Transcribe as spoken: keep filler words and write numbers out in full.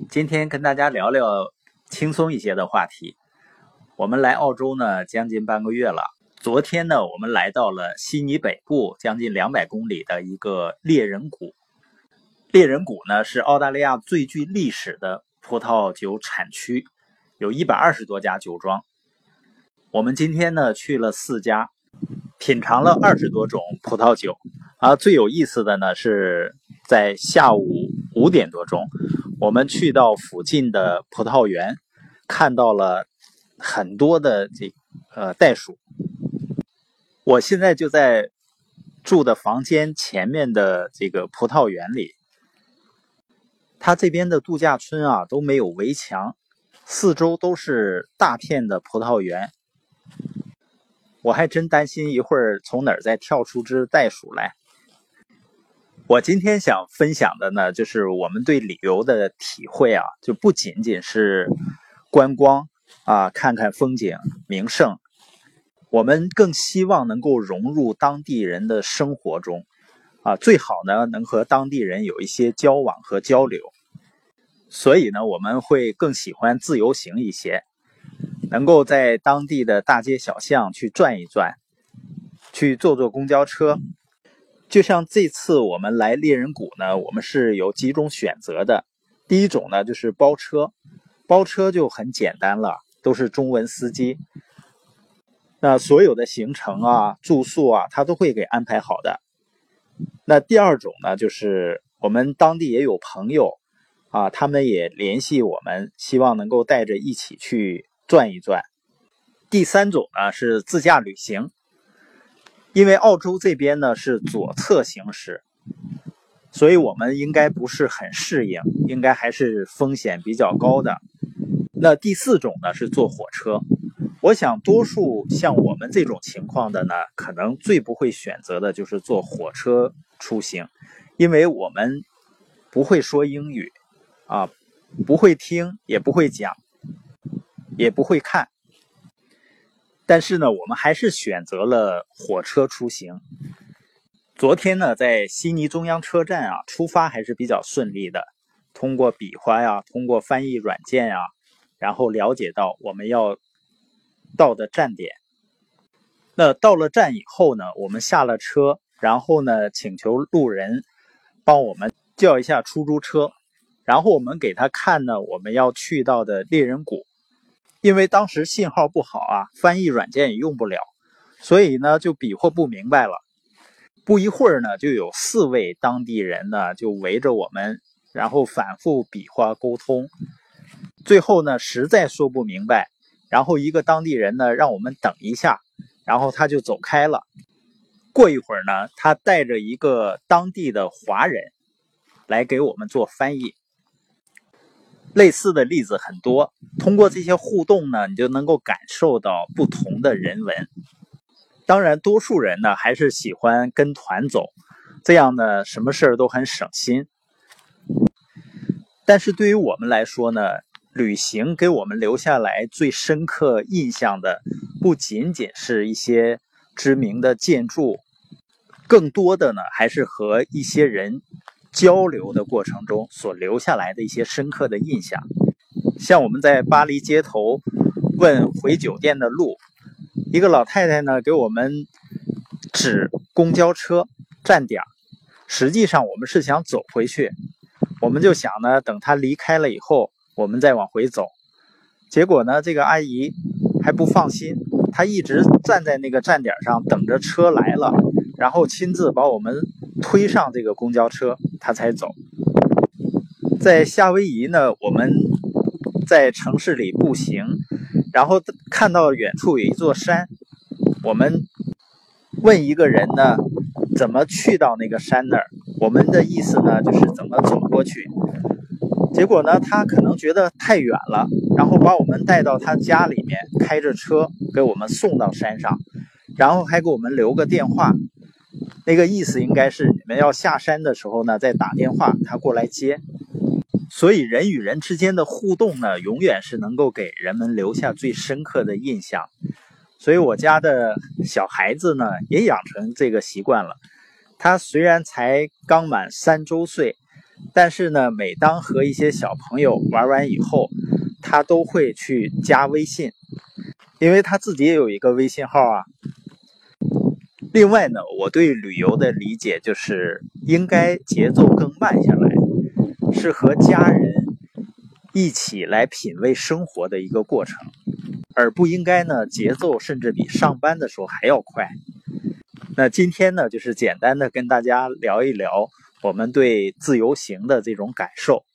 今天跟大家聊聊轻松一些的话题。我们来澳洲呢将近半个月了，昨天呢我们来到了悉尼北部将近两百公里的一个猎人谷。猎人谷呢是澳大利亚最具历史的葡萄酒产区，有一百二十多家酒庄。我们今天呢去了四家，品尝了二十多种葡萄酒。啊，最有意思的呢是在下午五点多钟，我们去到附近的葡萄园，看到了很多的这呃袋鼠。我现在就在住的房间前面的这个葡萄园里，它这边的度假村啊都没有围墙，四周都是大片的葡萄园。我还真担心一会儿从哪儿再跳出只袋鼠来。我今天想分享的呢，就是我们对旅游的体会啊，就不仅仅是观光啊，看看风景名胜，我们更希望能够融入当地人的生活中啊，最好呢能和当地人有一些交往和交流。所以呢，我们会更喜欢自由行一些，能够在当地的大街小巷去转一转，去坐坐公交车。就像这次我们来猎人谷呢，我们是有几种选择的。第一种呢就是包车，包车就很简单了，都是中文司机。那所有的行程啊、住宿啊，他都会给安排好的。那第二种呢，就是我们当地也有朋友啊，他们也联系我们，希望能够带着一起去转一转。第三种呢是自驾旅行。因为澳洲这边呢是左侧行驶，所以我们应该不是很适应，应该还是风险比较高的。那第四种呢是坐火车。我想多数像我们这种情况的呢，可能最不会选择的就是坐火车出行，因为我们不会说英语啊，不会听，也不会讲，也不会看。但是呢，我们还是选择了火车出行。昨天呢，在悉尼中央车站啊，出发还是比较顺利的。通过比划呀，通过翻译软件呀，然后了解到我们要到的站点。那到了站以后呢，我们下了车，然后呢，请求路人帮我们叫一下出租车，然后我们给他看呢，我们要去到的猎人谷。因为当时信号不好啊，翻译软件也用不了，所以呢就比划不明白了。不一会儿呢，就有四位当地人呢就围着我们，然后反复比划沟通。最后呢实在说不明白，然后一个当地人呢让我们等一下，然后他就走开了。过一会儿呢，他带着一个当地的华人来给我们做翻译。类似的例子很多，通过这些互动呢，你就能够感受到不同的人文。当然多数人呢还是喜欢跟团走，这样呢什么事儿都很省心。但是对于我们来说呢，旅行给我们留下来最深刻印象的不仅仅是一些知名的建筑，更多的呢还是和一些人交流的过程中所留下来的一些深刻的印象。像我们在巴黎街头问回酒店的路，一个老太太呢给我们指公交车站点，实际上我们是想走回去，我们就想呢等她离开了以后我们再往回走。结果呢这个阿姨还不放心，她一直站在那个站点上等着车来了，然后亲自把我们推上这个公交车，他才走。在夏威夷呢，我们在城市里步行，然后看到远处有一座山，我们问一个人呢怎么去到那个山那儿，我们的意思呢就是怎么走过去。结果呢他可能觉得太远了，然后把我们带到他家里面，开着车给我们送到山上，然后还给我们留个电话。那个意思应该是你们要下山的时候呢再打电话他过来接。所以人与人之间的互动呢永远是能够给人们留下最深刻的印象。所以我家的小孩子呢也养成这个习惯了，他虽然才刚满三周岁， 但是呢，每当和一些小朋友玩完以后，他都会去加微信，因为他自己也有一个微信号啊。另外呢，我对旅游的理解就是应该节奏更慢下来，是和家人一起来品味生活的一个过程，而不应该呢节奏甚至比上班的时候还要快。那今天呢，就是简单的跟大家聊一聊我们对自由行的这种感受。